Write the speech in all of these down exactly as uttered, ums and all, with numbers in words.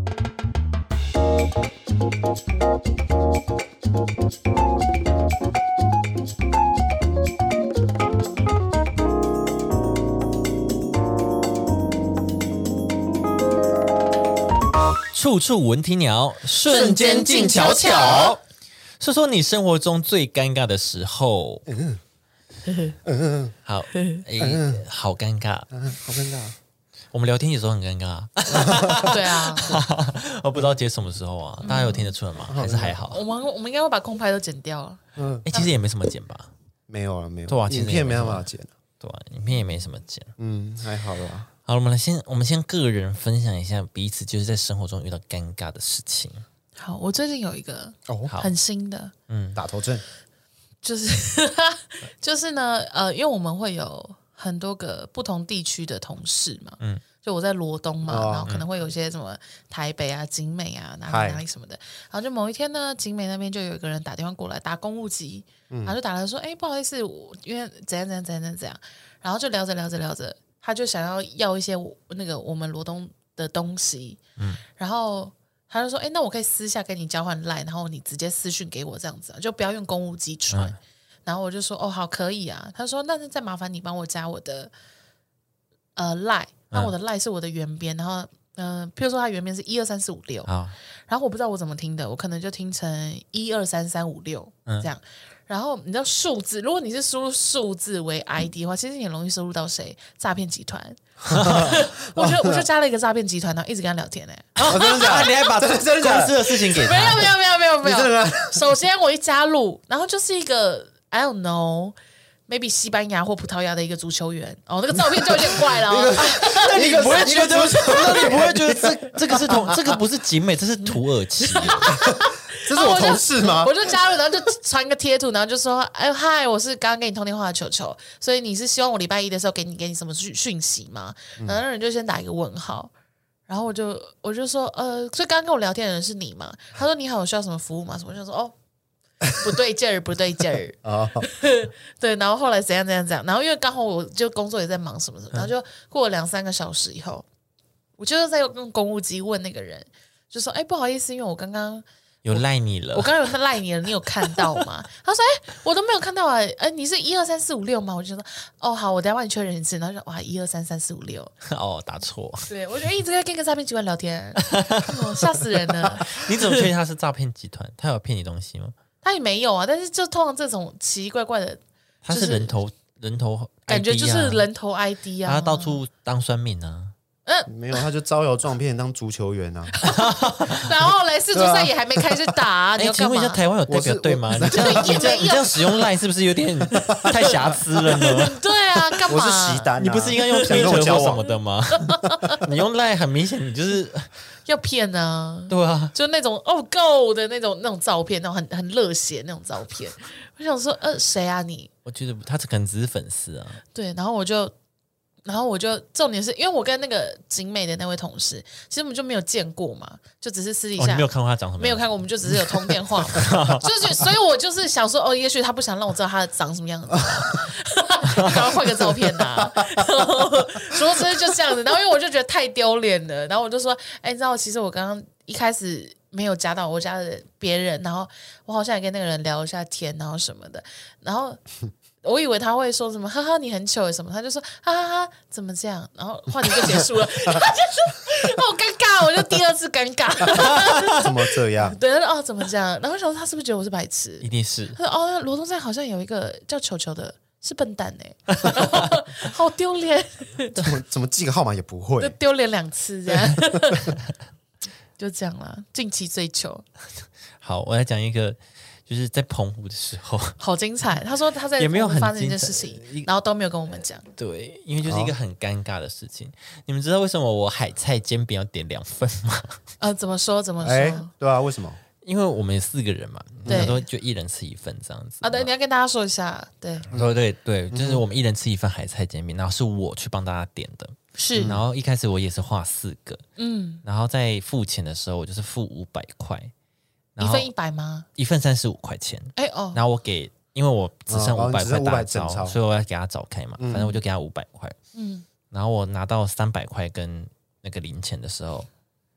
处处闻啼鸟，瞬间静悄悄。说说你生活中最尴尬的时候。嗯嗯，好，哎，好尴尬， 好尴尬。 我们聊天有时候很尴尬。 对啊， 我不知道接什么时候啊，大家有听得出来吗？还是还好？ 我们我们应该会把空拍都剪掉了。 嗯，哎，其实也没什么剪吧？ 没有了，没有。 对啊， 影片没办法剪。 对啊，影片也没什么剪。 嗯，还好啦。 好，我们来先，我们先个人分享一下彼此就是在生活中遇到尴尬的事情。 好，我最近有一个哦， 很新的， 嗯，打头阵， 就是就是呢，呃，因为我们会有很多个不同地区的同事嘛，嗯，就我在罗东嘛，哦、然后可能会有一些什么台北啊、景美啊、哪里哪里什么的，然后就某一天呢，景美那边就有一个人打电话过来打公务机，嗯、然后就打来说，哎，不好意思，我因为怎样怎样怎样怎样，然后就聊着聊着聊着。他就想要要一些那个我们罗东的东西，嗯，然后他就说：“哎，那我可以私下跟你交换 LINE， 然后你直接私讯给我这样子，就不要用公务机传。嗯”然后我就说：“哦，好，可以啊。”他说：“那再麻烦你帮我加我的呃 LINE， 那我的 LINE 是我的原编，然后嗯、呃，譬如说他原编是一二三四五六，然后我不知道我怎么听的，我可能就听成一二三三五六这样。”然后你知道数字，如果你是输入数字为 I D 的话，其实你很容易收入到谁？诈骗集团。我就我就加了一个诈骗集团，然后一直跟他聊天呢、欸。 哦，真的假的？你还把公司的事情给他？ 没有没有没有没有没有。首先我一加入，然后就是一个 I don't know。maybe 西班牙或葡萄牙的一个足球员哦，那个照片就有点怪了、哦。 那你不会觉得？那你不会觉得这这个是同这个不是景美，这是土耳其？ 这是我同事吗？ 我就加入，然后就传一个贴图，然后就说：“哎嗨，我是刚刚跟你通电话的球球，所以你是希望我礼拜一的时候给你给你什么讯讯息吗？”然后那人就先打一个问号，然后我就我就说：“呃，所以刚刚跟我聊天的人是你吗？”他说：“你好，我需要什么服务吗？”什么？我就说：“哦。”不对劲儿，不对劲儿。哦，对，然后后来怎样怎样怎样，然后因为刚好我就工作也在忙什么什么，然后就过了两三个小时以后，我就是在用公务机问那个人，就说：“哎，不好意思，因为我刚刚有赖你了， 我刚刚有赖你了，你有看到吗？”他说：“哎，我都没有看到啊，哎，你是一二三四五六吗？”我就说：“哦，好，我等一下帮你确认一次。”然后说：“哇，一二三三四五六。” 哦，打错。 对，我觉得一直在跟一个诈骗集团聊天，哦、吓死人了。 你怎么确定他是诈骗集团？他有骗你东西吗？ 他也没有啊，但是就通常这种奇奇怪怪的、就是， 他是人头人头 I D 啊， 感觉就是人头 I D 啊， 他到处当算命啊。 嗯， 没有，他就招摇撞骗当足球员啊。 然后嘞，世足赛也还没开始打、啊，你要请问一下，台湾有代表队吗？你这样你这样你这样使用 LINE 是不是有点太瑕疵了呢？ 对啊，干嘛？ 我是习单、啊， 你不是应该用 Twitter 或什么的吗？你用 LINE 很明显，你就是要骗啊。 对啊， 就那种哦 Go 的那种那种照片，那种很很热血那种照片。我想说，呃，谁啊你？ 我觉得他可能只是粉丝啊。 对，然后我就。然后我就重点是因为我跟那个景美的那位同事，其实我们就没有见过嘛，就只是私底下、哦、 你没有看过他长什么样， 没有看过，我们就只是有通电话，就是所以我就是想说，哦，也许他不想让我知道他长什么样子，赶快换个照片呐、啊，说真的就这样子。然后因为我就觉得太丢脸了，然后我就说，哎，你知道，其实我刚刚一开始没有加到我家的别人，然后我好像也跟那个人聊一下天，然后什么的，然后。我以为他会说什么，哈哈，你很糗什么，他就说哈哈哈，怎么这样？然后话题就结束了，他就是好尴尬，我就第二次尴尬， 怎么这样？ 对，他说哦，怎么这样？然后我想说他是不是觉得我是白痴？ 一定是。 他说哦，罗东站好像有一个叫球球的，是笨蛋哎、欸，好丢脸。 怎么怎么记个号码也不会， 就丢脸两次这样，就这样啦。近期追求。 好，我来讲一个。就是在澎湖的时候， 好精彩。他说他在澎湖发生一件事情，然后都没有跟我们讲。 对，因为就是一个很尴尬的事情。哦、你们知道为什么我海菜煎饼要点两份吗？ 呃，怎么说？怎么说？ 欸、对啊，为什么？ 因为我们有四个人嘛，那时候就一人吃一份这样子。 啊，对，你要跟大家说一下，对， 对对对，就是我们一人吃一份海菜煎饼，然后是我去帮大家点的。 是， 然后一开始我也是画四个，嗯，然后在付钱的时候，我就是付五百块。 一份一百吗？ 一份三十五块钱。哎哦，然后我给，因为我只剩五百块大招，哦、所以我要给他找开嘛。嗯、反正我就给他五百块。嗯，然后我拿到三百块跟那个零钱的时候，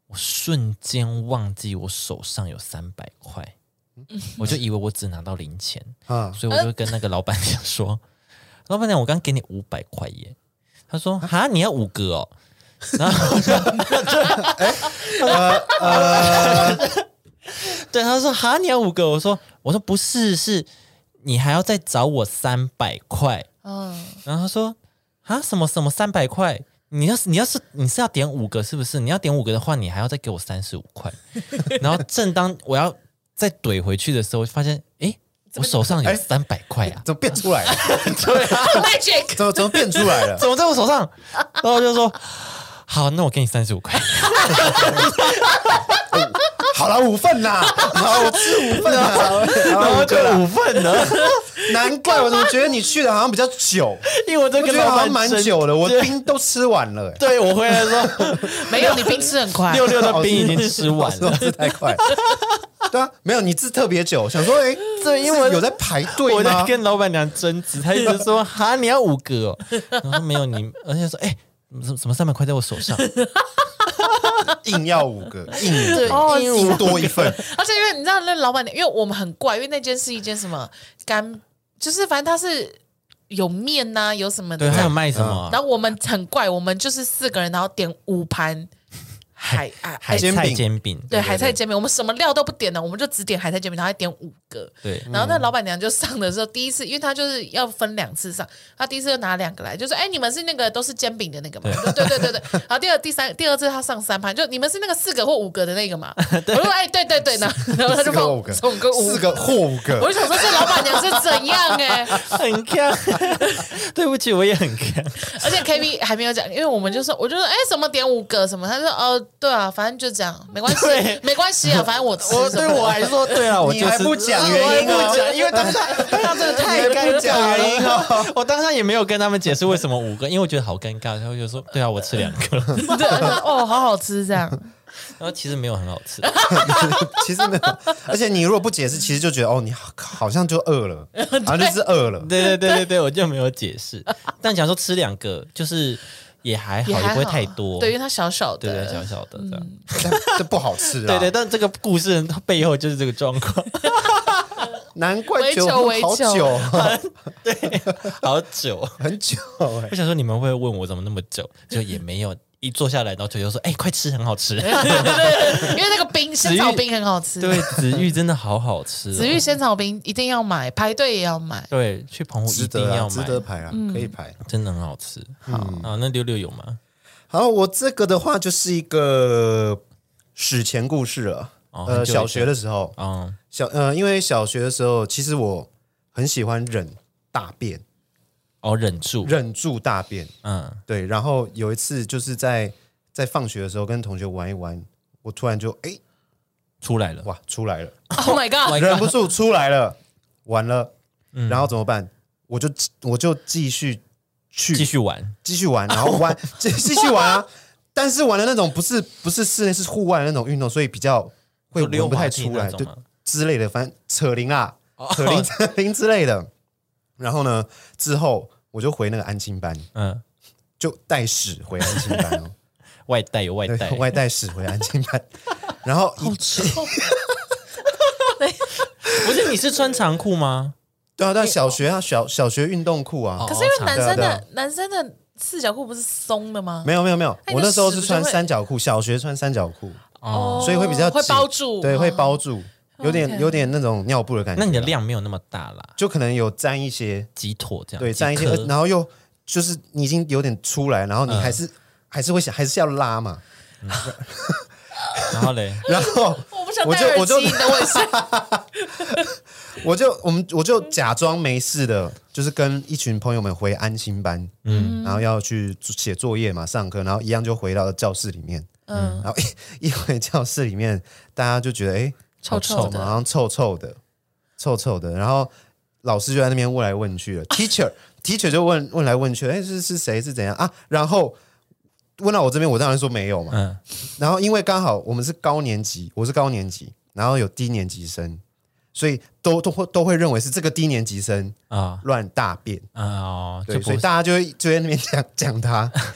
我瞬间忘记我手上有三百块，我就以为我只拿到零钱，嗯、所以我就跟那个老板娘说：“老板娘，我刚给你五百块耶。”他说：“哈，你要五个哦。”然后我就，哎，呃呃，对，他说：“哈，你要五个？”我说：“我说不是，是你还要再找我三百块。”嗯，然后他说：“啊，什么什么三百块？你要是你要是你是要点五个是不是？你要点五个的话，你还要再给我三十五块。”然后正当我要再怼回去的时候，发现，哎。我手上有三百块啊！ 怎么变出来了？ 对啊 ，magic 怎么怎么变出来了？ 怎么在我手上？然后我就说：“好，那我给你三十五块。” 好了，五份呐，好，我吃五份啊， 然后就五份了。 难怪我怎么觉得你去的好像比较久， 因为我这个老板蛮久的，我冰都吃完了。 对，我回来的时候没有，你冰吃很快， 六六的冰已经吃完了， 吃太快。对啊，没有你吃特别久，想说哎， 对，因为有在排队吗？ 我在跟老板娘争执，她一直说哈你要五个哦，然后说没有你，而且说哎什什么三百块在我手上。 硬要五个，硬哦硬多一份， 而且因为你知道那老板娘，因为我们很怪，因为那间是一间什么干，就是反正它是有面呐、啊，有什么的， 对，还有卖什么、啊， 然后我们很怪，我们就是四个人，然后点五盘。海啊海菜煎饼， 对海菜煎饼，我们什么料都不点了，我们就只点海菜煎饼，然后还点五个。 对， 然后那老板娘就上的时候，第一次，因为她就是要分两次上，她第一次就拿两个来，就说：“哎，你们是那个都是煎饼的那个嘛？”对对对对。然后第二、第三、第二次她上三盘，就你们是那个四个或五个的那个嘛？我说：“哎，对对对。”然后她就放五个， 送个五四个或五个。 我就想说，这老板娘是怎样哎、欸？ 很强。对不起，我也很强。 而且 K V 还没有讲，因为我们就说，我就说，哎，什么点五个什么？他说：“哦，对啊，反正就。”就这样，没关系，没关系啊，反正我吃。 我对我还说，对啊，我你还不讲原因哦，因为当下当下真的太尴尬原因哦。我当下也没有跟他们解释为什么五个，因为我觉得好尴尬，然后就说，对啊，我吃两个。 对，哦，好好吃这样。 然后其实没有很好吃， 其实没有，而且你如果不解释，其实就觉得哦，你好像就饿了，好像就是饿了。 对对对对对，我就没有解释。但假如说吃两个，就是。也还好，也不会太多。 对，因为它小小的， 对对，小小的这样， 这不好吃啊。 对对，但这个故事背后就是这个状况。 难怪久好久， 对，好久， 很久。我想说你们会问我怎么那么久，就也没有。一坐下来，然后腿就说：“哎、欸，快吃，很好吃。” 对对对，因为那个冰仙草冰很好吃。 对，紫玉真的好好吃、哦。 紫玉仙草冰一定要买，排队也要买。 对，去澎湖一定要买， 值得排啊，嗯、可以排， 真的很好吃。好、嗯、啊，那六六有吗？ 好，我这个的话就是一个史前故事了。哦、呃，小学的时候，嗯，小呃，因为小学的时候，其实我很喜欢忍大便。 哦，忍住， 忍住大便，嗯，对。然后有一次就是在在放学的时候跟同学玩一玩，我突然就哎出来了， 哇，出来了 ！Oh my god， 忍不住出来了，完了，嗯、然后怎么办？我就我就继续去继续玩， 继续玩，然后玩继继续玩啊！但是玩的那种不是不是室内是户外的那种运动，所以比较会闻不太出来，就之类的，反正扯铃啊，扯铃扯铃之类的。然后呢，之后我就回那个安亲班，嗯，就带屎回安亲班哦， 外带有外带， 外带屎回安亲班，然后好臭， 不是你是穿长裤吗？ 对啊，但小学啊，小小学运动裤啊， 可是因为男生的男生的四角裤不是松的吗？ 没有没有没有，我那时候是穿三角裤，小学穿三角裤，哦，所以会比较会包住， 对，会包住。有点有点那种尿布的感觉， 那你的量没有那么大啦， 就可能有沾一些几坨这样， 对，沾一些，然后又就是你已经有点出来，然后你还是、嗯、还是会想，还是要拉嘛。嗯、 然后嘞， 然后我不想戴耳机，你等我一下。 我就我们我就假装没事的，就是跟一群朋友们回安心班，嗯，然后要去写作业嘛，上课，然后一样就回到教室里面，嗯，然后一一回教室里面，大家就觉得哎。诶臭臭的， 好像臭臭的，臭臭的。然后老师就在那边问来问去了 ，teacher teacher 就问问来问去，哎，是是谁是怎样啊？然后问到我这边，我当然说没有嘛。嗯。然后因为刚好我们是高年级，我是高年级，然后有低年级生，所以都都会都会认为是这个低年级生啊乱大便啊、哦，对，所以大家就会就在那边讲讲他。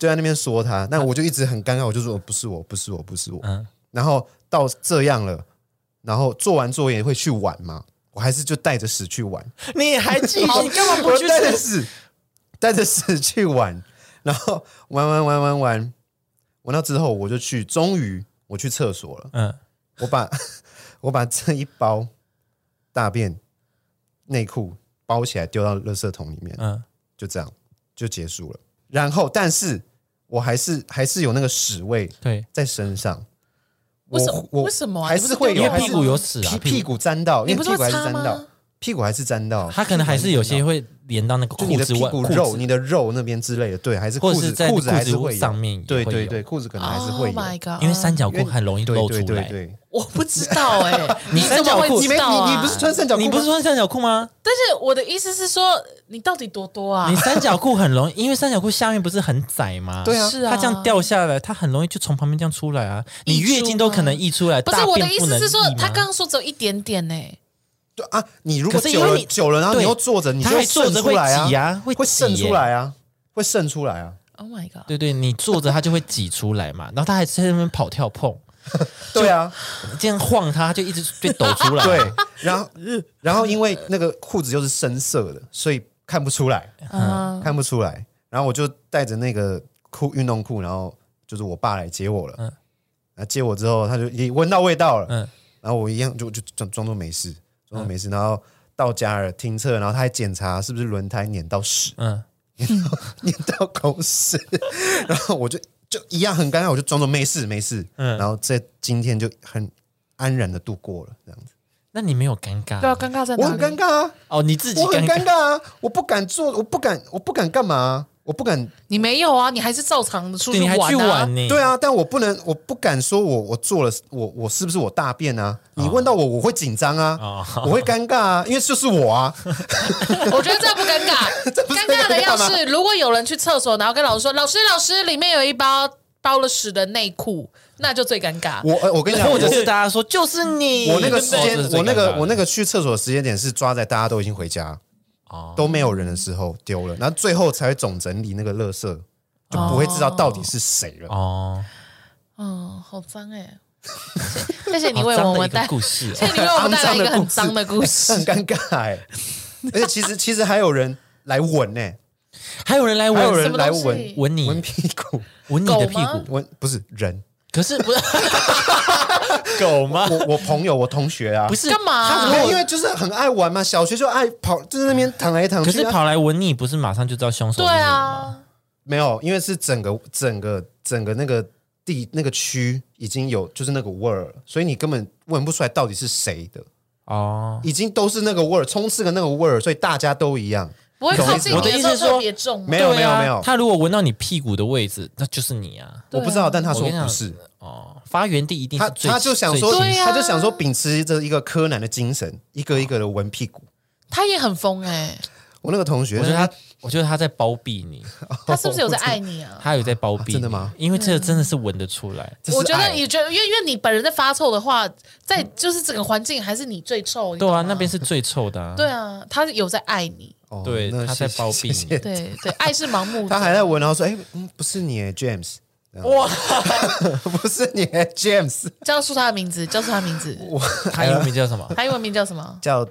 就在那边说他，那我就一直很尴尬，我就说不是我，不是我，不是我。嗯，然后到这样了，然后做完作业会去玩嘛，我还是就带着屎去玩。 你还继续？你干嘛不去？ 带着屎，带着屎去玩，然后玩玩玩玩玩，玩到之后我就去，终于我去厕所了。嗯，我把我把这一包大便内裤包起来丢到垃圾桶里面。嗯，就这样就结束了。然后，但是我还是还是有那个屎味在身上。 为什么？为什么、啊？ 还是会有， 因为屁股有屎啊， 屁股沾到，因为屁股还是沾到，屁股还是沾到。 它可能还是有些会连到那个裤子外，屁股肉、你的肉那边之类的，对，还是裤子，裤子还是会上面， 对对对，裤子可能还是会有。 Oh my god！ 因为三角裤很容易露出来。 对对对， 我不知道哎、欸， 你三角裤， 你没你你不是穿三角裤？ 你不是穿三角裤吗？ 但是我的意思是说，你到底多多啊？ 你三角裤很容易，因为三角裤下面不是很窄吗？ 对啊， 是啊， 它这样掉下来，它很容易就从旁边这样出来啊。你月经都可能溢出来， 不是我的意思是说， 他刚刚说只有一点点呢、欸。 对啊，你如果久了久了，然后你又坐着，你就会渗出来啊，会渗出来啊，会渗出来啊。 Oh my god！ 对对，你坐着它就会挤出来嘛，然后它还在那边跑跳碰。 对啊， 这样晃它，它就一直被抖出来。 对，然后然后因为那个裤子又是深色的，所以看不出来，嗯、看不出来。然后我就带着那个裤运动裤，然后就是我爸来接我了。嗯，啊接我之后，他就也闻到味道了。嗯，然后我一样就就装装作没事，装作没事。然后到家了停车，然后他还检查是不是轮胎碾到屎，嗯，碾到碾到狗屎，然后我就。就一样很尴尬，我就装作没事没事，嗯，然后这今天就很安然的度过了，这样子。 那你没有尴尬？ 对啊，尴尬在哪里？ 我很尴尬啊！ 哦，你自己我很尴尬啊！我不敢做，我不敢，我不敢干嘛、啊？我不敢。 你没有啊？你还是照常的出去玩、啊， 你还去玩呢？ 对啊，但我不能，我不敢说我我做了，我我是不是我大便啊？你问到我，我会紧张啊，哦、我会尴尬啊，因为就是我啊。 我觉得这不尴尬，尴尬的要是如果有人去厕所，然后跟老师说：“老师，老师，里面有一包包了屎的内裤。”那就最尴尬。 我我跟你讲， 或者是大家说就是你。 我那个时间，我那个我那个去厕所的时间点是抓在大家都已经回家。哦、都没有人的时候丢了，然后最后才会总整理那个垃圾，就不会知道到底是谁了。哦， 哦，好脏哎！谢谢你为我们带故事， 谢谢你为我们带来一个很脏的故事， 很尴尬哎。而且其实其实还有人来闻呢、欸， 还有人来闻， 还有人来闻闻你闻屁股， 闻你的屁股， 闻不是人， 可是不是。狗吗？ 我我朋友我同学啊， 不是干嘛？ 因为就是很爱玩嘛，小学就爱跑，就是那边躺来躺去、啊。 可是跑来闻你，不是马上就知道凶手是你吗？对啊， 没有，因为是整个整个整个那个地那个区已经有就是那个味儿，所以你根本闻不出来到底是谁的哦，已经都是那个味儿，充斥的那个味儿，所以大家都一样。 不会靠近你的时候特别重， 没有没有没有。 他如果闻到你屁股的位置，那就是你啊！ 我不知道，但他说不是哦。发源地一定是他，他就想说，他就想说，秉持着一个柯南的精神，一个一个的闻屁股。 他也很疯哎、欸！ 我那个同学， 我觉得他，我觉得他在包庇你。 他是不是有在爱你啊？ 他有在包庇、啊， 真的吗？ 因为这个真的是闻得出来。 我觉得，你觉得，因为因为你本人在发臭的话，在就是整个环境还是你最臭。 对啊，那边是最臭的、啊。 对啊，他有在爱你。 哦、 对，他在包庇你。 对对，爱是盲目的。 他还在闻，然后说：“哎、欸，嗯，不是你 ，James。”哇，不是你 ，James。 叫出他的名字，叫出他的名字。 他英文名叫什么？ 他英文名叫什么？ 叫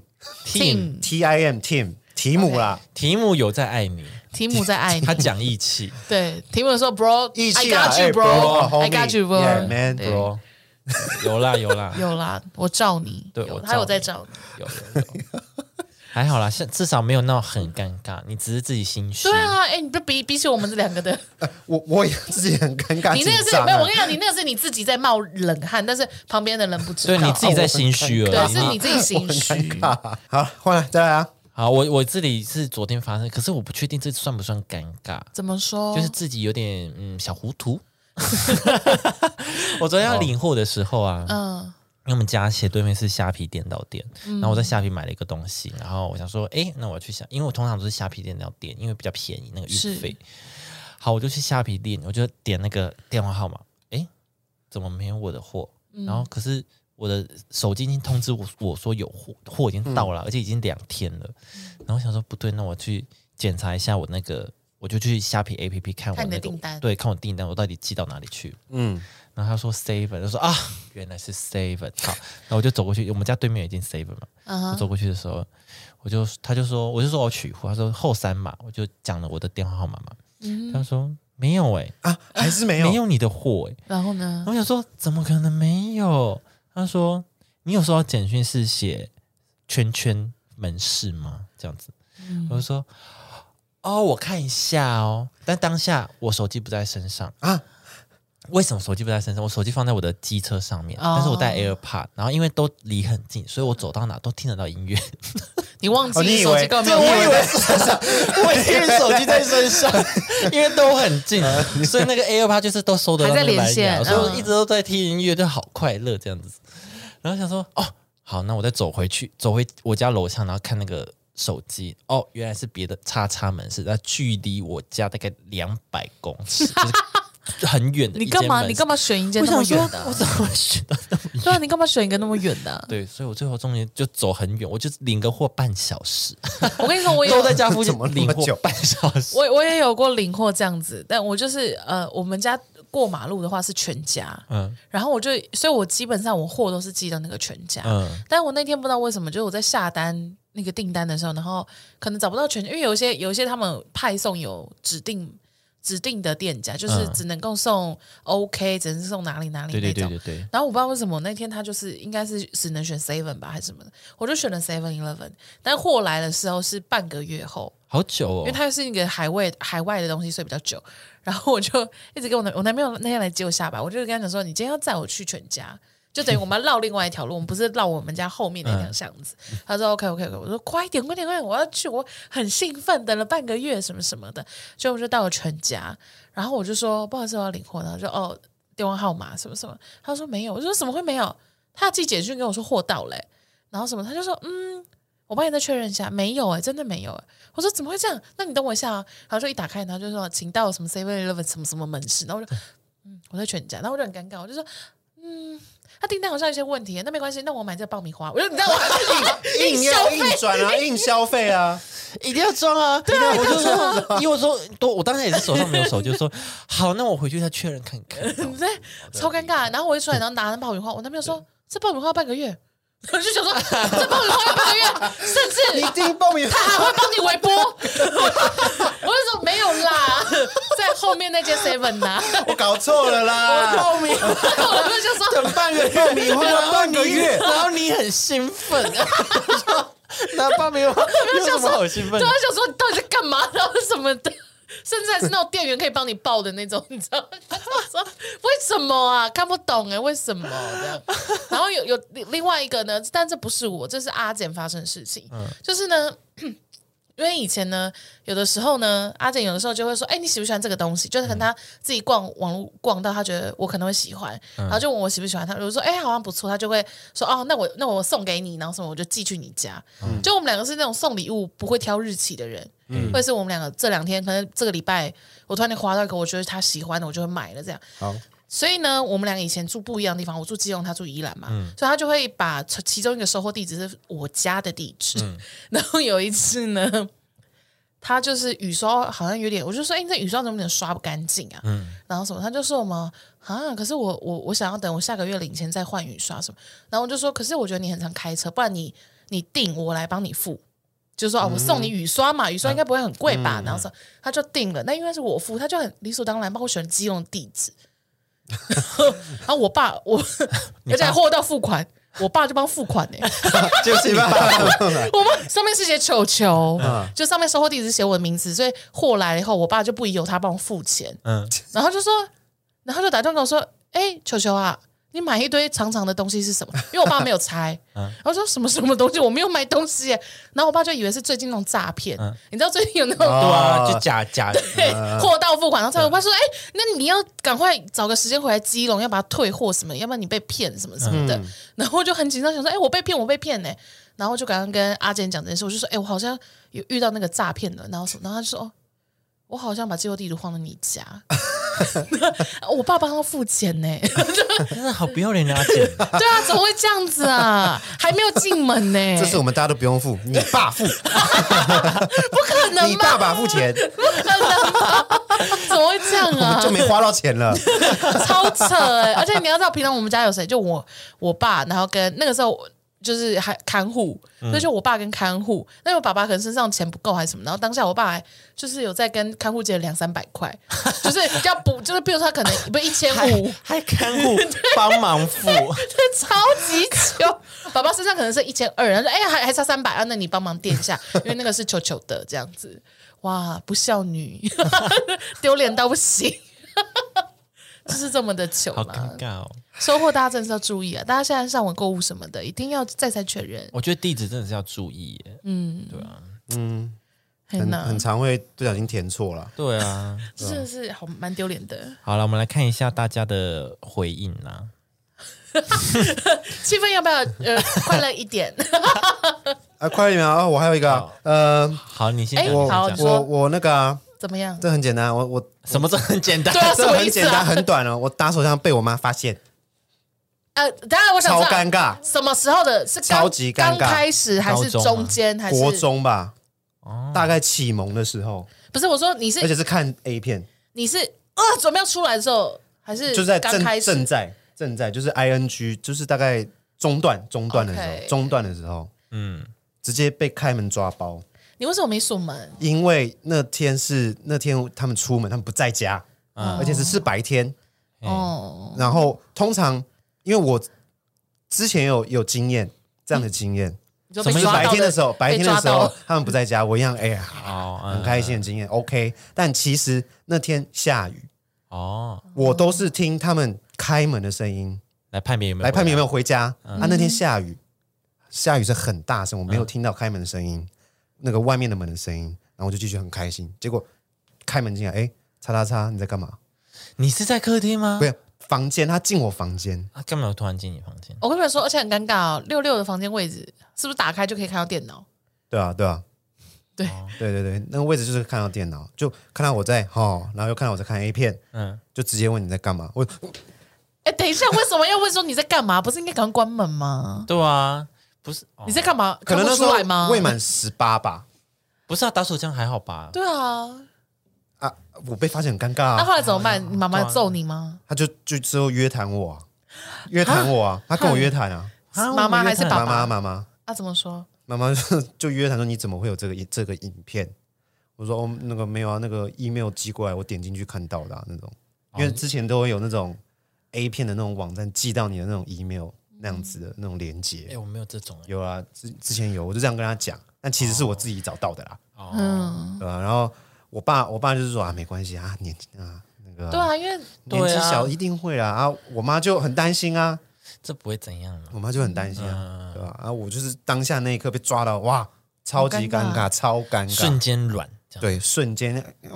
Tim。Tim，T I M，Tim。提姆啦， 提姆有在爱你， 提姆在爱你， 他讲义气。 对，提姆说 ，Bro， 义气 I got you, bro. I got you, bro. Man, bro. 有啦，有啦， 有啦，我罩你。 对， 有他有在罩你。有有有。还好啦，至少没有那种很尴尬，你只是自己心虚。 对啊，哎，你不比比起我们这两个的， 我我也自己很尴尬。 你那个是没有，我跟你讲，你那个是你自己在冒冷汗，但是旁边的人不知道。 对，你自己在心虚而已。 对，是你自己心虚。 好，换来再来啊。 好，我我这里是昨天发生，可是我不确定这算不算尴尬。 怎么说？ 就是自己有点嗯小糊涂。我昨天要领货的时候啊，嗯。因为我们家斜对面是虾皮店到店，嗯、然后我在虾皮买了一个东西，然后我想说，哎，那我要去虾，因为我通常都是虾皮店到店，因为比较便宜那个运费。好，我就去虾皮店，我就点那个电话号码，哎，怎么没有我的货？嗯、然后可是我的手机已经通知我，我说有货，货已经到了，嗯、而且已经两天了。然后我想说不对，那我去检查一下我那个我就去虾皮 A P P 看我、那个、 看你的订单， 对，看我订单我到底寄到哪里去。嗯，然后他说 Seven， 就说啊，原来是 Seven。好，然后我就走过去，我们家对面有一间 Seven 嘛。Uh-huh. 我走过去的时候，我就他就说，我就说我取货，他说后三码，我就讲了我的电话号码嘛。嗯、他说没有哎、 欸、啊，还是没有， 没有你的货哎、欸。 然后呢？ 我想说怎么可能没有？他说你有收到简讯是写圈圈门市吗？这样子，嗯、我就说哦，我看一下哦。但当下我手机不在身上啊。为什么手机不在身上？我手机放在我的机车上面，哦、但是我带 AirPod， 然后因为都离很近，所以我走到哪都听得到音乐。 你忘记、哦、你手机根本没有？ 我以为身上，我以为手机在身上，因为都很近，所以那个 AirPod 就是都收得到那个蓝牙，所以我一直都在听音乐，就好快乐这样子。然后想说，哦，好，那我再走回去，走回我家楼上，然后看那个手机，哦，原来是别的叉叉门市，那距离我家大概两百公尺。就是很远的一间门，你干嘛？ 你干嘛选一间那么远的、啊？ 我怎么会选到那么远？ 对啊，你干嘛选一个那么远的、啊？ 对，所以我最后终于就走很远，我就领个货半小时。 我跟你说，我也都在家附近领货半小时。 我我也有过领货这样子，但我就是呃，我们家过马路的话是全家，嗯，然后我就，所以我基本上我货都是寄到那个全家，嗯，但我那天不知道为什么，就是我在下单那个订单的时候，然后可能找不到全家，因为有一些有一些他们派送有指定。指定的店家就是只能够送 OK，、嗯、只能送哪里哪里那种。对对对对对。然后我不知道为什么那天他就是应该是只能选 Seven 吧还是什么的，我就选了 Seven Eleven， 但货来的时候是半个月后， 好久哦， 因为它是一个海外海外的东西，所以比较久。然后我就一直跟我男我男朋友那天来接我下班，我就跟他讲说，你今天要载我去全家。就等于我们要绕另外一条路，我们不是绕我们家后面那条巷子。嗯、他说 OK OK OK， 我说快一点快点快点，我要去，我很兴奋，等了半个月什么什么的，所以我就到了全家，然后我就说不好意思我要领货，然后就哦电话号码什么什么，他说没有，我说怎么会没有？他寄简讯跟我说货到了、欸，然后什么他就说嗯，我帮你再确认一下，没有哎、欸，真的没有哎、欸。我说怎么会这样？那你等我一下啊，然后就一打开，然后就说请到什么 Seven Eleven 什么什么门市，然后我就嗯我在全家，然后我就很尴尬，我就说嗯。他订单好像有些问题，那没关系，那我买这个爆米花，我就你知道我硬要硬转啊，硬消费啊， 一定要装啊！对啊，我就说，因为我说都，我当时也是手上没有手，就说好，那我回去再确认看看。 对，超尴尬。然后我一出来，然后拿着爆米花，我男朋友说这爆米花半个月。我就想说，这爆米花要半个月，甚至你订爆米花， 他还会帮你微波。我就说没有啦，在后面那间 Seven 呐， 我搞错了啦， 爆米花， 我就想说等半个月，米花要半个月， 然后你很兴奋，拿爆米花有什么好兴奋？ 对，我想说你到底在干嘛，然后什么的。甚至还是那种店员可以帮你报的那种，你知道吗？我说为什么啊？看不懂哎、欸，为什么的？然后有有另外一个呢，但这不是我，这是阿简发生的事情，嗯、就是呢。因为以前呢，有的时候呢，阿简有的时候就会说：“哎、欸，你喜不喜欢这个东西？”就是可能他自己逛网络逛到，他觉得我可能会喜欢，嗯、然后就问我喜不喜欢他。我说：“哎、欸，好像不错。”他就会说：“哦，那我那我送给你，然后什么我就寄去你家。嗯”就我们两个是那种送礼物不会挑日期的人，嗯、或者是我们两个这两天可能这个礼拜我突然间滑到一个我觉得他喜欢的，我就会买了这样。好。所以呢，我们两个以前住不一样的地方，我住基隆，他住宜兰嘛，嗯、所以他就会把其中一个收货地址是我家的地址。嗯、然后有一次呢。他就是雨刷好像有点，我就说，哎、欸，你这雨刷怎么有点刷不干净啊？嗯，然后什么，他就说我们啊，可是我我我想要等我下个月领钱再换雨刷什么，然后我就说，可是我觉得你很常开车，不然你你订我来帮你付，就是说啊，我送你雨刷嘛，雨刷应该不会很贵吧？嗯、然后说他就订了，那因为是我付，他就很理所当然帮我选基隆地址，然后我爸我而且货到付款。我爸就帮付款呢、欸， 就是你爸。 我们上面是写球球，嗯、就上面收货地址写我的名字，所以货来了以后，我爸就不疑有他帮我付钱。嗯，然后就说，然后就打电话跟我说：“哎、欸，球球啊，你买一堆长长的东西是什么？”因为我爸没有拆，嗯、然后说什么什么东西，我没有买东西耶。然后我爸就以为是最近那种诈骗，嗯、你知道最近有那种、 哦、对啊，就假假对货到付款，然后我爸说：“哎、欸，那你要赶快找个时间回来基隆，要把它退货什么，要不然你被骗什么什么的。嗯”然后我就很紧张，想说：“哎、欸，我被骗，我被骗呢、欸。”然后就刚刚跟阿简讲这件事，我就说：“哎、欸，我好像有遇到那个诈骗的。”然后然后他就说：“哦，我好像把寄货地址放在你家。” 我爸帮他付钱呢， 真的好不要脸的阿姐。 对啊，怎么会这样子啊？还没有进门呢。 这是我们大家都不用付，你爸付，不可能， 你爸爸付钱， 不可能吧？怎么会这样啊？ 我们就没花到钱了， 超扯哎、欸！而且你要知道，平常我们家有谁？就我我爸，然后跟那个时候。就是还看护，所以就我爸跟看护，那我爸爸可能身上钱不够还是什么，然后当下我爸还就是有在跟看护借了两三百块，就是要补，就是比如说他可能不是一千五， 还看护帮忙付， 对，超级穷。爸爸身上可能是一千二，然后说哎呀还还差三百啊，那你帮忙垫一下，因为那个是球球的这样子。哇，不孝女，丢脸到不行。就是这么的糗嘛， 好尴尬哦！ 收货大家真的是要注意啊！大家现在上网购物什么的，一定要再三确认。 我觉得地址真的是要注意耶。嗯，对啊， 嗯，很很常会不小心填错了。 对啊， 真的是好蛮丢脸的。 好了，我们来看一下大家的回应啦。 气氛要不要呃快乐一点？ 啊，快乐一点啊！我还有一个、啊，呃， 好，你先讲。 我好我我那个、啊。 怎么样？ 这很简单，我我什么这很简单？ 对啊， 这很简单，很短哦。我打手枪被我妈发现， 呃，当然我想超尴尬。 什么时候的？是超级尴尬， 刚开始还是中间还是国中吧？哦，大概启蒙的时候。 不是，我说你是， 而且是看 A 片。 你是啊，准备要出来的时候，还是就是在正刚开始正在正在就是 I N G， 就是大概中段中段的时候， okay. 中段的时候，嗯，直接被开门抓包。 你为什么没锁门？ 因为那天是那天他们出门，他们不在家，嗯、而且是是白天。哦，然后通常因为我之前有有经验这样的经验， 什么、嗯、白天的时候，白天的时候他们不在家，我一样哎呀，哦、很开心的经验、嗯、，OK。但其实那天下雨，哦，我都是听他们开门的声音来判别有没有来判别有没有回家。嗯、啊，那天下雨，下雨是很大声，我没有听到开门的声音。嗯，那个外面的门的声音，然后我就继续很开心。结果开门进来，哎，叉叉叉，你在干嘛？ 你是在客厅吗？ 不是，房间，他进我房间。 他干嘛突然进你房间？ 我跟你们说，而且很尴尬哦。六六的房间位置是不是打开就可以看到电脑？ 对啊，对啊， 对， 对对对，那个位置就是看到电脑，就看到我在哦，然后又看到我在看 A 片，嗯，就直接问你在干嘛。我， 哎，等一下，为什么要问说你在干嘛？不是应该赶快关门吗？ 对啊。不是、 哦、你在干嘛？ 可能那时候未满十八吧。 不是啊，打手枪还好吧？ 对啊， 啊，我被发现很尴尬啊。 那后来怎么办？你妈妈揍你吗？ 他就就之后约谈我、啊，约谈我啊，他跟我约谈啊。 妈妈还是爸爸？ 妈妈妈妈。 啊，怎么说？ 妈妈就就约谈说你怎么会有这个这个影片？我说哦，那个没有啊，那个 email 寄过来，我点进去看到的、啊、那种。因为之前都会有那种 A 片的那种网站寄到你的那种 email。那样子的那种连结， 哎、欸，我没有这种、欸， 有啊，之之前有，我就这样跟他讲，但其实是我自己找到的啦，哦，嗯，对吧、啊？然后我爸，我爸就是说啊，没关系啊，年啊那个， 对啊，因为年纪小一定会啦啊，我妈就很担心啊， 这不会怎样嘛， 我妈就很担心啊，嗯、对吧、啊？啊，我就是当下那一刻被抓到，哇，超级尴尬，超尴尬， 瞬间软， 对，瞬间。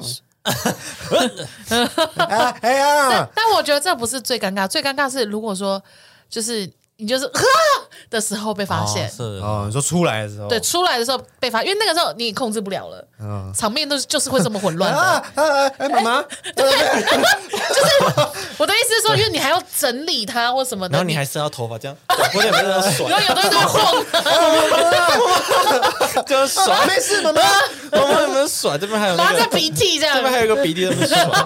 哎呀！ 但但我觉得这不是最尴尬，最尴尬是如果说就是你就是啊的时候被发现， 哦，哦你说出来的时候， 对，出来的时候被发现，因为那个时候你也控制不了了，嗯、场面都是就是会这么混乱的。 啊啊！哎，妈妈， 对，就是我的意思是说，因为你还要整理它或什么的， 然后你还是要头发这样，我也没有甩， 然后有的人在晃， 就是甩， 没事，妈妈， 妈妈有没有甩？这边还有拿着鼻涕这样， 这边还有一个鼻涕在那甩。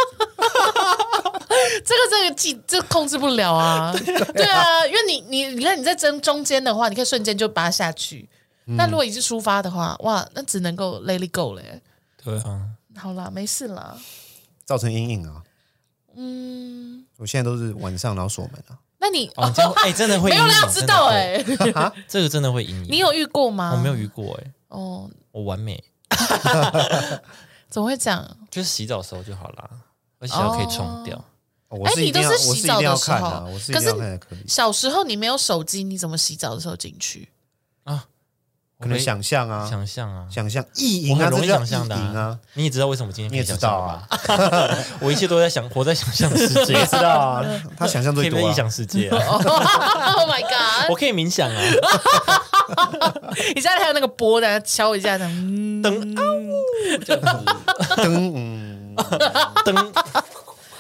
这个这个记这控制不了啊，对啊，因为你你你看你在中中间的话，你可以瞬间就把它下去，嗯、但如果已经抒发的话，哇，那只能够 let it go 嘞。 对啊， 好啦，没事啦。 造成阴影啊。嗯，我现在都是晚上然后锁门啊。 那你哦，哎、欸，真的会没有人要知道哎、 欸，这个真的会阴影。 你有遇过吗？ 我没有遇过哎、欸。哦，我完美。 怎么会这样？ 就是洗澡的时候就好啦，而且要可以冲掉。 哦哎、欸， 你都是洗澡的时候， 我是一定要看的。可是小时候你没有手机，你怎么洗澡的时候进去啊？ 可能想象啊， 想象啊， 想象意淫啊， 很容易想象的啊。啊你也知道为什么今天你也知道啊？ 我一切都在想，活在想象世界， 知道啊？他想象最多、啊， 异想世界、啊。 Oh my god！ 我可以冥想啊。 你现在还有那个波的，敲一下的噔啊呜，这样子， 噔嗯噔。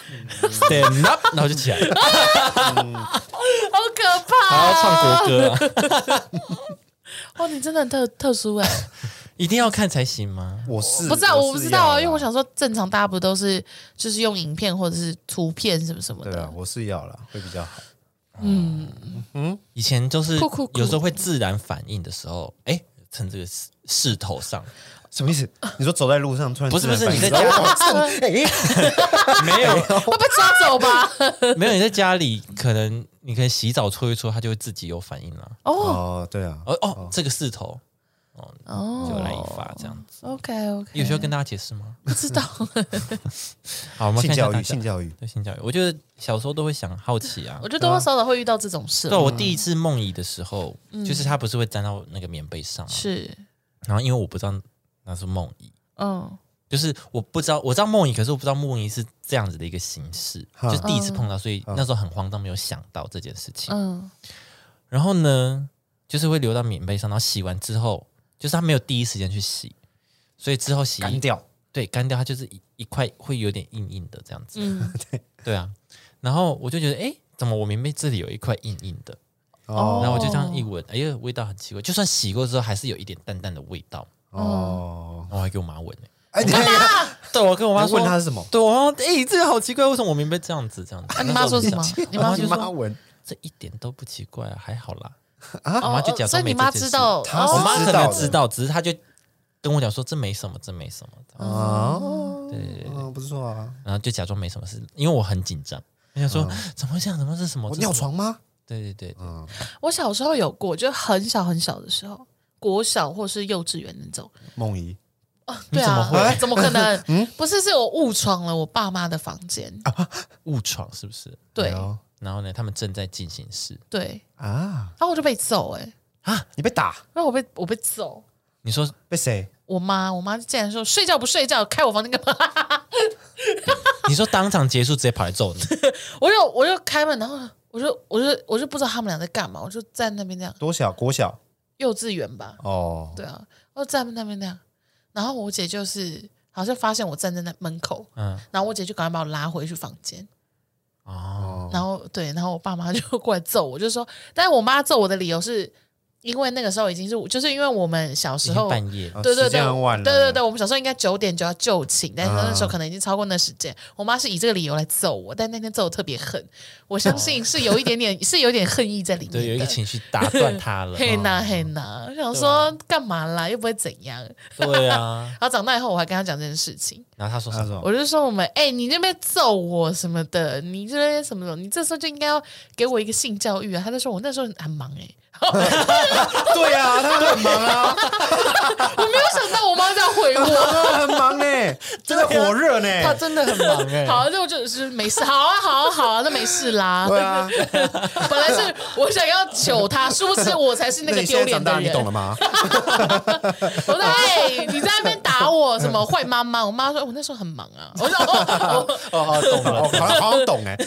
stand up， 然后就起来了， 嗯、好可怕、 还要唱国歌、啊。 哦，你真的很特特殊哎、欸， 一定要看才行吗？ 我是不知道，我不知道啊，因为我想说，正常大家不都是就是用影片或者是图片什么什么的？ 对啊，我是要啦，会比较好。 嗯嗯，以前就是有时候会自然反应的时候，哎，趁这个势头上， 什么意思？你说走在路上突然不是不是你在家里没有会被抓走吧？ 没有你在家里，可能你可能洗澡搓一搓，它就会自己有反应了。 哦，对啊， 哦哦，这个势头。哦，就来一发这样子。 OK OK， 有需要跟大家解释吗？ 不知道。 好，我们看一下性教育，性教育， 对性教育。我觉得小时候都会想好奇啊。 我觉得多多少少会遇到这种事。 对，我第一次梦遗的时候，嗯、就是它不是会粘到那个棉被上、啊， 是。 然后因为我不知道那是梦遗， 嗯， 就是我不知道，我知道梦遗，可是我不知道梦遗是这样子的一个形式，嗯、就是第一次碰到，所以那时候很慌张，没有想到这件事情。嗯。然后呢，就是会流到棉被上，然后洗完之后。就是他没有第一时间去洗，所以之后洗干掉， 对，干掉它就是一一块会有点硬硬的这样子，嗯，对对啊。然后我就觉得，哎，怎么我明明这里有一块硬硬的，哦，然后我就这样一闻，哎呀，味道很奇怪，就算洗过之后，还是有一点淡淡的味道，哦，我还给我妈闻呢， 哎，你妈， 对我跟我妈说， 问她是什么？ 对，我妈，哎，这个好奇怪，为什么我明明这样子这样子？ 啊，你妈说什么？ 你妈就说闻， 这一点都不奇怪啊，还好啦。 啊， 我妈就假装没这件事， 我妈可能知道，只是她就跟我讲说这没什么，这没什么。哦，对对对， 不错啊。 然后就假装没什么事，因为我很紧张，我想说怎么会这样？怎么是什么？ 我尿床吗？ 对对对，嗯。 我小时候有过，就很小很小的时候，国小或是幼稚园那种梦遗。 哦，对啊，怎么可能？嗯，不是，是我误闯了我爸妈的房间。 误闯是不是？ 对。 然后呢，他们正在进行式。 对啊，然后我就被揍哎、 欸、啊，你被打？ 然后我被我被揍。 你说被谁？ 我妈，我妈竟然说睡觉不睡觉，开我房间干嘛？ 你说当场结束直接跑来揍你？ 我就我就开门，然后我就我就我就不知道他们俩在干嘛，我就站那边这样。 多小？国小？ 幼稚园吧？哦，对啊，我就站那边那样，然后我姐就是好像发现我站在那门口，嗯，然后我姐就赶快把我拉回去房间。哦，然后对，然后我爸妈就过来揍我，就说，但是我妈揍我的理由是因为那个时候已经是，就是因为我们小时候半夜， 对对对， 对对对，我们小时候应该九点就要就寝，但是那时候可能已经超过那时间，我妈是以这个理由来揍我，但那天揍我特别狠，我相信是有一点点，是有点恨意在里面的， 对，有一个情绪打断他了， 嘿呐嘿呐，我想说干嘛啦，又不会怎样， 对啊， 然后长大以后我还跟他讲这件事情。 然后他说什么？ 我就说我们哎、欸，你那边揍我什么的，你这边什么的，你这时候就应该要给我一个性教育啊！他就说我那时候很忙哎、 欸，对啊，他很忙啊， 我没有想到我妈这样回我， 他很忙哎、欸，真的火热呢、欸， 他真的很忙哎、欸。 好，就就是没事，好啊，好啊，好啊，那没事啦。 对啊， 本来是我想要求他，殊不知我才是那个丢脸的人。 你懂了吗？ 我说哎、欸，你在那边打我什么坏妈妈？我妈说。我那时候很忙啊，我说哦哦哦，懂了，好像好像懂哎，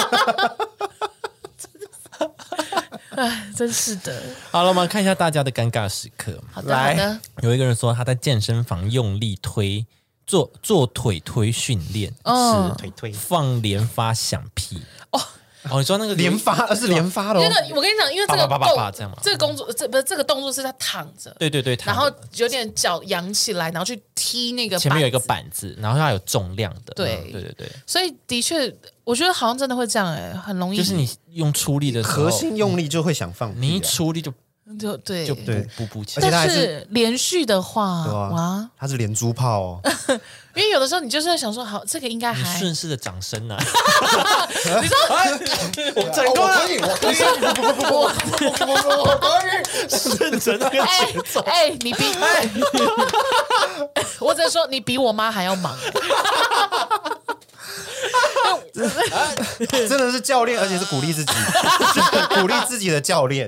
哎，真是的。 好了，我们看一下大家的尴尬时刻。 好的，好的。 有一个人说他在健身房用力推做做腿推训练， 哦、 是腿推放连发响屁哦。哦，你说那个连发是连发的， 因为我跟你讲，因为这个动这个工作，这不是这个动作是他躺着， 对对对， 然后有点脚扬起来，然后去踢那个前面有一个板子，然后它有重量的， 对对对对， 所以的确，我觉得好像真的会这样哎，很容易， 就是你用出力的时候， 核心用力就会想放屁， 你一出力就就对就对补补起来， 但是连续的话，哇， 它是连珠炮哦。 因为有的时候你就是在想说，好，这个应该还顺势的掌声啊！ 你说我成功了，我可以，我我我可以顺着那个节奏。 哎，你比，我只能说你比我妈还要忙。 真的是教练，而且是鼓励自己，鼓励自己的教练。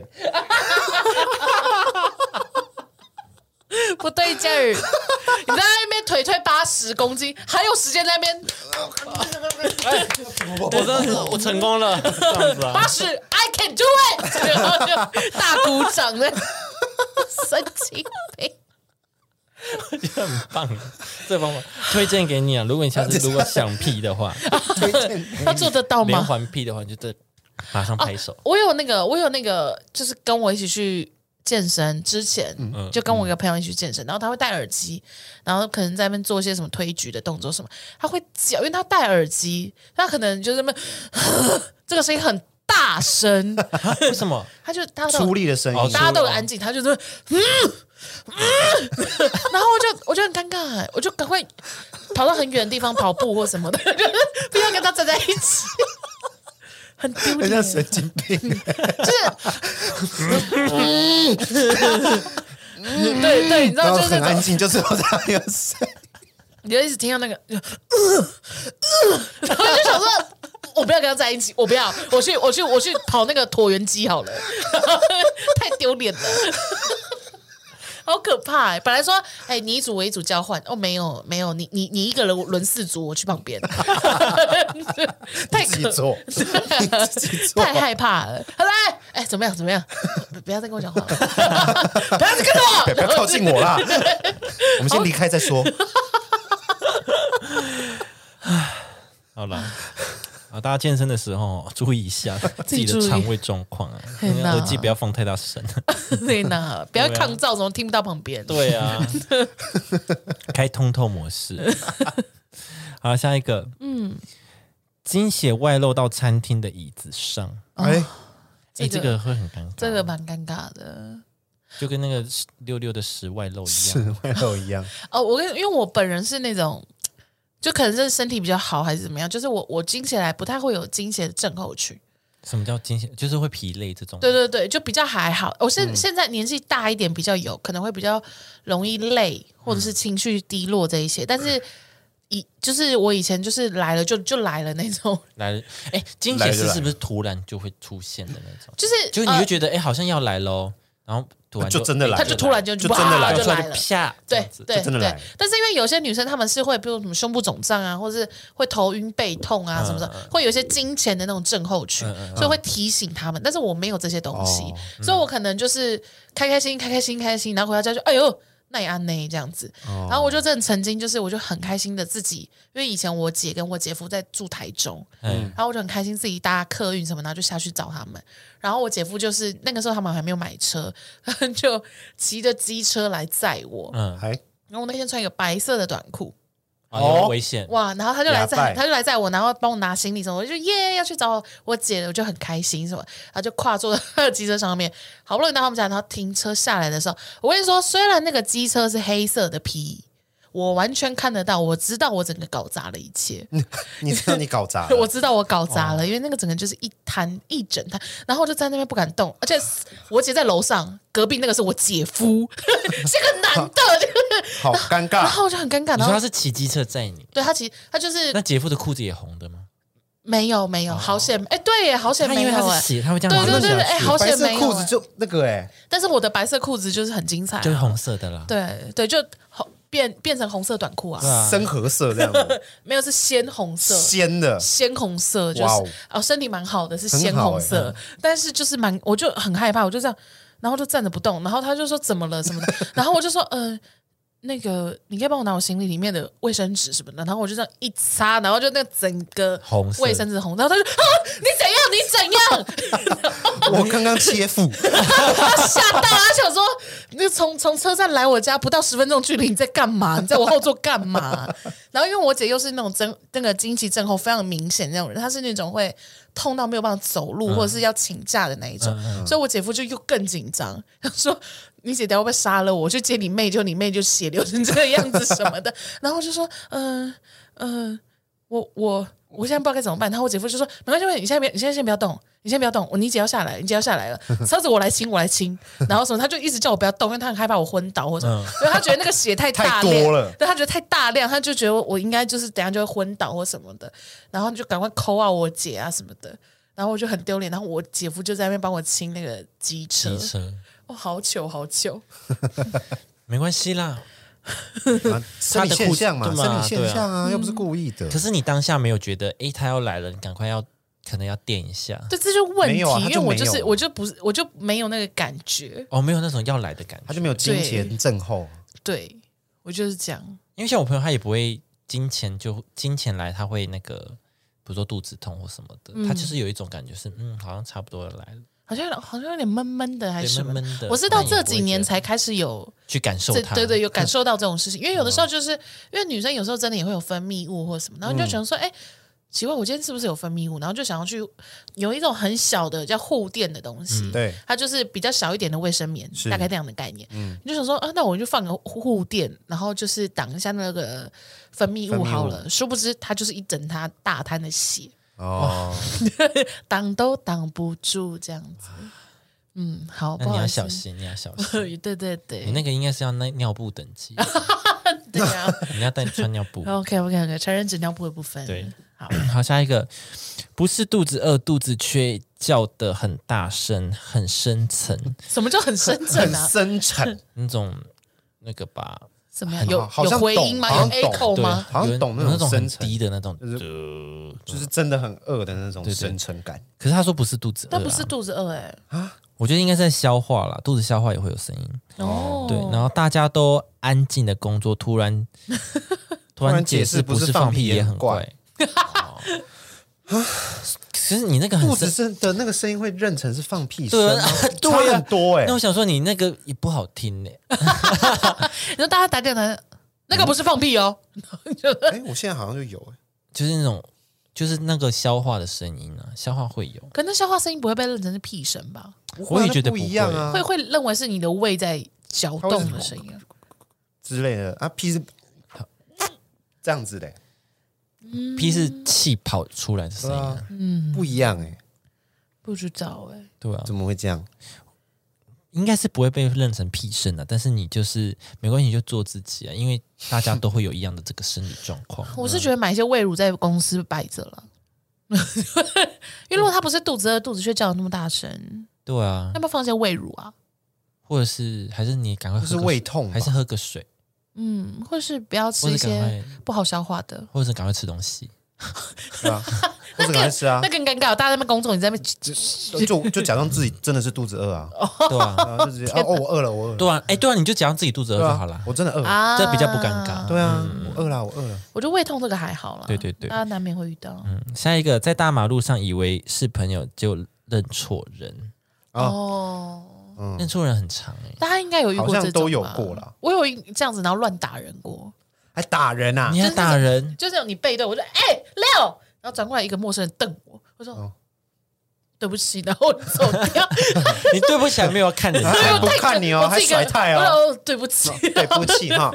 不对劲儿，你在那边腿推八十公斤，还有时间在那边。 我真的是我成功了，这样子啊， 八十 ，I can do it， 然后就大鼓掌的，神经病。 我觉得很棒，这方法推荐给你啊！如果你下次如果想屁的话， 推荐他做得到吗？ 连环屁的话，就这马上拍手、啊。 我有那个，我有那个，就是跟我一起去健身之前，嗯、就跟我一个朋友一起去健身，然后他会戴耳机，然后可能在那边做一些什么推举的动作什么，他会叫，因为他戴耳机，他可能就是那么这个声音很大声， 为什么？ 他就他出力的声音， 大家都很安静，他就是。嗯嗯、然后我就我就很尴尬，我就赶快跑到很远的地方跑步或什么的，就是不要跟他站在一起，很丢脸， 很像神经病， 就是，嗯嗯、对对，你知道，就是很安静，就是有这样有声， 你就一直听到那个，呃呃、然后就想说。我不要跟他在一起，我不要，我去，我去，我去跑那个椭圆机好了，太丢脸了，好可怕、欸！本来说，哎、欸，你一组我一组交换，哦，没有，没有，你你你一个人轮四组，我去旁边，太可做， 太害怕了。好来，哎、欸，怎么样？怎么样？不要再跟我讲话了，不要再跟着我， 不要靠近我啦，我们先离开再说。 好了。啊，大家健身的时候注意一下自己的肠胃状况啊，耳机不要放太大声。 对呢，不要抗噪，怎么听不到旁边？ 对啊，开通透模式。好，下一个，嗯，精血外露到餐厅的椅子上，哎、哦，哎、欸，这个会很尴尬， 这个蛮尴尬的， 就跟那个六六的屎外露一样， 屎外露一样。 哦，我跟因为我本人是那种。就可能是身体比较好还是怎么样，就是我我经血来不太会有经血的症候群。 什么叫经血？就是会疲累这种。 对对对，就比较还好。我现、嗯、现在年纪大一点，比较有可能会比较容易累，或者是情绪低落这一些。嗯、但是以就是我以前就是来了就就来了那种。 来了，哎，经血是是不是突然就会出现的那种？ 就是就是你会觉得哎、呃，好像要来喽，然后。 就真的来， 他就突然就就真的来， 就来了， 啪， 对对真的来。 但是因为有些女生她们是会，比如什么胸部肿胀啊，或是会头晕背痛啊，什么的，会有一些经前的那种症候群，所以会提醒她们。但是我没有这些东西，所以我可能就是开开心、开开心、开开心，然后回到家就哎呦。那也安内这样子，然后我就真的曾经就是我就很开心的自己，因为以前我姐跟我姐夫在住台中，嗯，然后我就很开心自己搭客运什么，然后就下去找他们。然后我姐夫就是那个时候他们还没有买车，就骑着机车来载我，嗯，然后我那天穿一个白色的短裤。 哦，危险哇！然后他就来载，他就来载我，然后帮我拿行李什么，我就耶要去找我姐，我就很开心什么，然后就跨坐在机车上面，好不容易到他们家，然后停车下来的时候，我跟你说，虽然那个机车是黑色的皮，我完全看得到，我知道我整个搞砸了一切。 你知道你搞砸了？ 我知道我搞砸了，因为那个整个就是一滩一整滩，然后我就在那边不敢动，而且我姐在楼上，隔壁那个是我姐夫，是个男的， 好尴尬。 然后我就很尴尬。 你说他是骑机车载你？ 对，他骑，他就是。 那姐夫的裤子也红的吗？ 没有没有，好险！哎，对耶，好险没有。 他因为他是血，他会这样。 对对对对，哎，好险没有。 白色裤子就那个哎， 但是我的白色裤子就是很精彩， 就是红色的啦。 对对，就红变变成红色短裤啊， 深褐色这样子。 没有，是鲜红色， 鲜的鲜红色，就是哦，身体蛮好的，是鲜红色，但是就是蛮，我就很害怕，我就这样，然后就站着不动，然后他就说怎么了什么的，然后我就说呃。那个，你可以帮我拿我行李里面的卫生纸什么的，然后我就这样一擦，然后就那整个卫生纸红，然后他就啊，你怎样？你怎样？ 我刚刚切腹， 他吓到，他想说，你从从车站来我家不到十分钟距离，你在干嘛？你在我后座干嘛？然后因为我姐又是那种真那个经期症候非常明显那种人，她是那种会痛到没有办法走路，嗯、或者是要请假的那一种，嗯嗯、所以我姐夫就又更紧张，他说。你姐等下会不会杀了我？我去接你妹，就你妹就血流成这个样子什么的。然后我就说，嗯、呃、嗯、呃，我我我现在不知道该怎么办。然后我姐夫就说，没关系，你现在别，你现在先不要动，你先不要动。我你姐要下来，你姐要下来了，车子我来清，我来清。然后什么，他就一直叫我不要动，因为他很害怕我昏倒或者什么，因为他觉得那个血太大量， 太多了， 对他觉得太大量，他就觉得我应该就是等下就会昏倒或什么的。然后就赶快call啊我姐啊什么的。然后我就很丢脸。然后我姐夫就在那边帮我清那个机车。 机车。 哦，好糗，好糗， 没关系啦， 啊、生理现象嘛，生理现象啊，又不是故意的。 可是你当下没有觉得，哎，他要来了，你赶快要，可能要垫一下。 对，这就问题， 啊、 因为我就是，我就不是，我就没有那个感觉。 哦，没有那种要来的感觉， 他就没有金钱症候。 对， 我就是这样， 因为像我朋友他也不会金钱就金钱来，他会那个比如说肚子痛或什么的，嗯、他就是有一种感觉是嗯，好像差不多来了。 好像好像有点闷闷的，还是什么？ 闷闷的。 我是到这几年才开始有去感受它， 对对，有感受到这种事情。因为有的时候就是、嗯、因为女生有时候真的也会有分泌物或什么，然后你就想说，哎、嗯，奇怪，我今天是不是有分泌物？然后就想要去有一种很小的叫护垫的东西， 嗯、对， 它就是比较小一点的卫生棉，大概这样的概念。嗯，你就想说啊，那我就放个护垫，然后就是挡一下那个分泌物好了。殊不知它就是一整滩大滩的血哦，挡都挡不住这样子。嗯，好， 那你要小心，你要小心。 对对对， 你那个应该是要那尿布等级。 对啊， 你要带穿尿布。 OK OK OK， 成人纸尿布的部分。 对，好，好，下一个，不是肚子饿，肚子缺，叫得很大声，很深沉。 什么叫很深沉啊？ 很深沉， 那种那个吧。 怎么样？有有回音吗？有 echo 吗？ 好像懂那种很低的那种， 就是就是真的很饿的那种深沉感。 可是他说不是肚子饿， 但不是肚子饿哎啊。 我觉得应该是在消化啦，肚子消化也会有声音哦。对，然后大家都安静的工作，突然突然解释不是放屁也很怪。其实你那个肚子声的那个声音会认成是放屁声，差很多哎。 那我想说你那个也不好听呢。 你说大家打电话，那个不是放屁哦。 哎，我现在好像就有哎， 就是那种就是那个消化的声音啊，消化会有。 可那消化声音不会被认成是屁声吧？ 我也觉得不一样啊， 会会认为是你的胃在搅动的声音之类的啊。屁是这样子的， 屁是气跑出来的声音， 嗯，不一样哎， 不知道哎， 对啊， 怎么会这样？ 应该是不会被认成屁声的，但是你就是没关系，就做自己啊，因为大家都会有一样的这个生理状况。 我是觉得买一些胃乳在公司摆着了，因为如果他不是肚子饿，肚子却叫得那么大声。 对啊， 要不要放些胃乳啊？ 或者是还是你赶快喝个水， 是胃痛， 还是喝个水？ 嗯，或是不要吃一些不好消化的， 或者是赶快吃东西， 对啊，或者赶快吃啊， 那更尴尬。大家在那边工作，你在那边就就假装自己真的是肚子饿啊， 对啊， 就直接哦，我饿了，我饿了， 对啊，哎，对啊，你就假装自己肚子饿就好了， 我真的饿啊， 这比较不尴尬。 对啊，我饿了，我饿了。 我觉得胃痛这个还好啦， 对对对， 大家难免会遇到。 嗯，下一个在大马路上以为是朋友就认错人哦。嗯、认错人很长哎、欸， 大家应该有遇过这种吧，好像都有过啦。 我有这样子，然后乱打人过， 还打人啊？ 你还打人？ 就是你背对，我就哎、欸、六，然后转过来一个陌生人瞪我，我说、哦、对不起，然后我走掉。 你对不起还没有看人家， 还不看你哦，还甩态哦， 对不起， 对不起哈。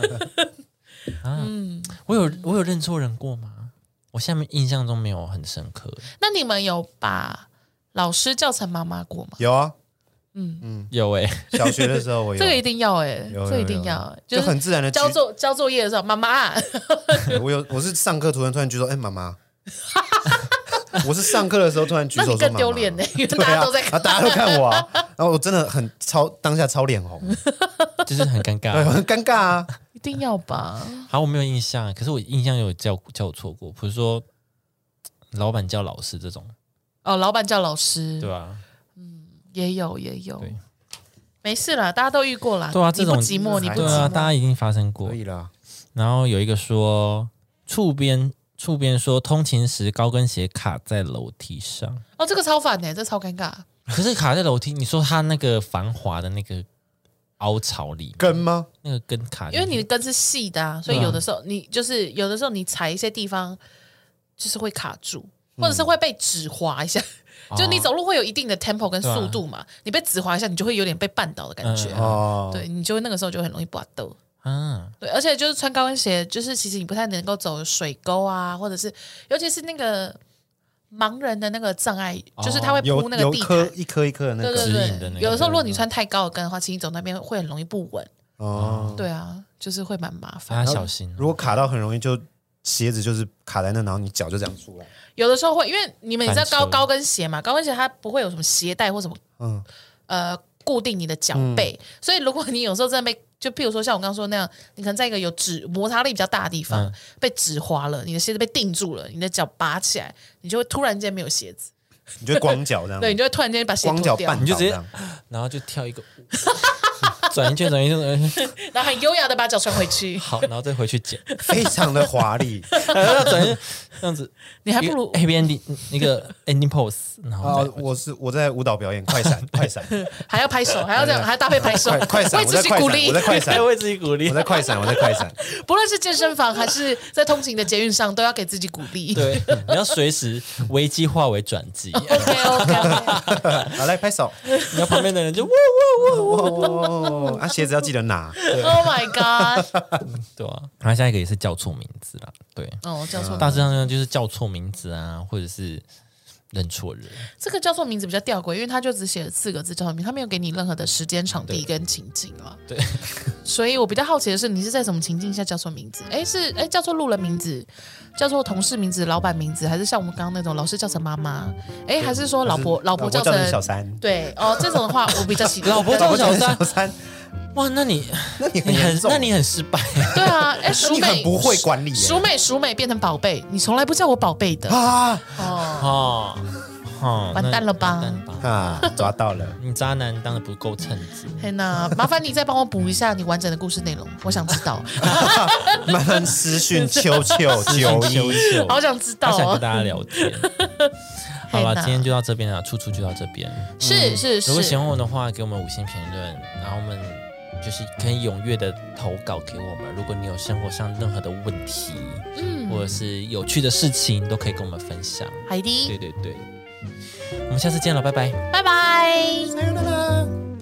嗯，我有我有认错人过吗？我下面印象中没有很深刻。 那你们有把老师叫成妈妈过吗？ 有啊。 嗯嗯，有哎、 欸，小学的时候我有， 这个一定要哎、欸，这一定要， 就很自然的交作交作业的时候，妈妈， 我有我是上课突然突然举手，哎、欸，妈妈，我是上课的时候突然举手说妈妈， 那你更丢脸呢，因为大家都在看， 啊、大家都看我啊，然后我真的很超当下超脸红， 就是很尴尬， 对，很尴尬啊， 一定要吧？ 好，我没有印象，可是我印象有叫叫我错过，比如说老板叫老师这种， 哦，老板叫老师， 对啊。 也有也有，没事啦，大家都遇过啦。 对啊，这种你不寂寞，你不寂寞， 对啊，大家一定发生过。 可以啦。 然后有一个说，触边触边说，通勤时高跟鞋卡在楼梯上。 哦，这个超烦的、欸，这超尴尬。 可是卡在楼梯，你说它那个防滑的那个凹槽里跟吗？ 那个跟卡， 因为你的跟是细的啊，所以有的时候、啊、你就是有的时候你踩一些地方就是会卡住，或者是会被指滑一下。嗯、就你走路会有一定的 tempo 跟速度嘛，啊、你被指滑一下，你就会有点被绊倒的感觉、啊嗯哦，对，你就会那个时候就很容易滑倒。嗯，对，而且就是穿高跟鞋，就是其实你不太能够走水沟啊，或者是尤其是那个盲人的那个障碍，哦、就是他会铺那个地毯， 一颗一颗的那个指引的那个。 有的时候如果你穿太高的跟的话，其实你走那边会很容易不稳。哦，对啊，就是会蛮麻烦， 大家小心、哦。 如果卡到很容易就鞋子就是卡在那，然后你脚就这样出来。 有的时候会，因为你们你知道高高跟鞋嘛，高跟鞋它不会有什么鞋带或什么，嗯，呃，固定你的脚背，嗯、所以如果你有时候真的被，就譬如说像我刚刚说那样，你可能在一个有指摩擦力比较大的地方、嗯、被指滑了，你的鞋子被定住了，你的脚拔起来，你就会突然间没有鞋子， 你就会光脚这样， 对，你就会突然间把鞋脱掉， 光脚绊， 你就直接，然后就跳一个转一圈，转一圈，转一圈， 然后很优雅的把脚穿回去。 好，然后再回去剪， 非常的华丽。 要转一圈，这样子， 你还不如 happy ending 那个 ending pose。然后哦，我是我在舞蹈表演，快闪，快闪， 还要拍手，还要这样，还要搭配拍手， 快快闪， 为自己鼓励， 我在快闪， 为自己鼓励， 我在快闪，我在快闪。 不论是健身房还是在通勤的捷运上，都要给自己鼓励。 对，你要随时危机化为转机。 OK OK， 好，来拍手。 你要旁边的人就哇哇哇哇哇！啊，鞋子要记得拿。 Oh my god！ 对啊，然后下一个也是叫错名字啦，对， 哦，叫错名字， 大致上呢就是叫错名字啊，或者是认错人。 这个叫错名字比较吊诡，因为他就只写了四个字叫错名，他没有给你任何的时间、场地跟情境啊。 对， 所以我比较好奇的是，你是在什么情境下叫错名字？哎，是哎叫错路人名字，叫错同事名字、老板名字，还是像我们刚刚那种老师叫成妈妈？哎，还是说老婆老婆叫成小三？ 对哦，这种的话我比较喜欢。 老婆叫小三， 小三。 哇，那你那你很很那你很失败。 对啊，哎，淑美不会管理， 淑美淑美变成宝贝，你从来不叫我宝贝的啊！ 哦哦，完蛋了吧？ 啊，抓到了！ 你渣男当的不够称职。 嘿那麻烦你再帮我补一下你完整的故事内容，我想知道。 慢慢私讯秋秋九一， 好想知道、哦， 想跟大家聊天。好了，今天就到这边了，处处就到这边。 是是是， 如果喜欢我们的话，给我们五星评论，然后我们就是可以踊跃的投稿给我们。如果你有生活上任何的问题，嗯，或者是有趣的事情，都可以跟我们分享。 好的， 对对对，我们下次见了，拜拜， 拜拜。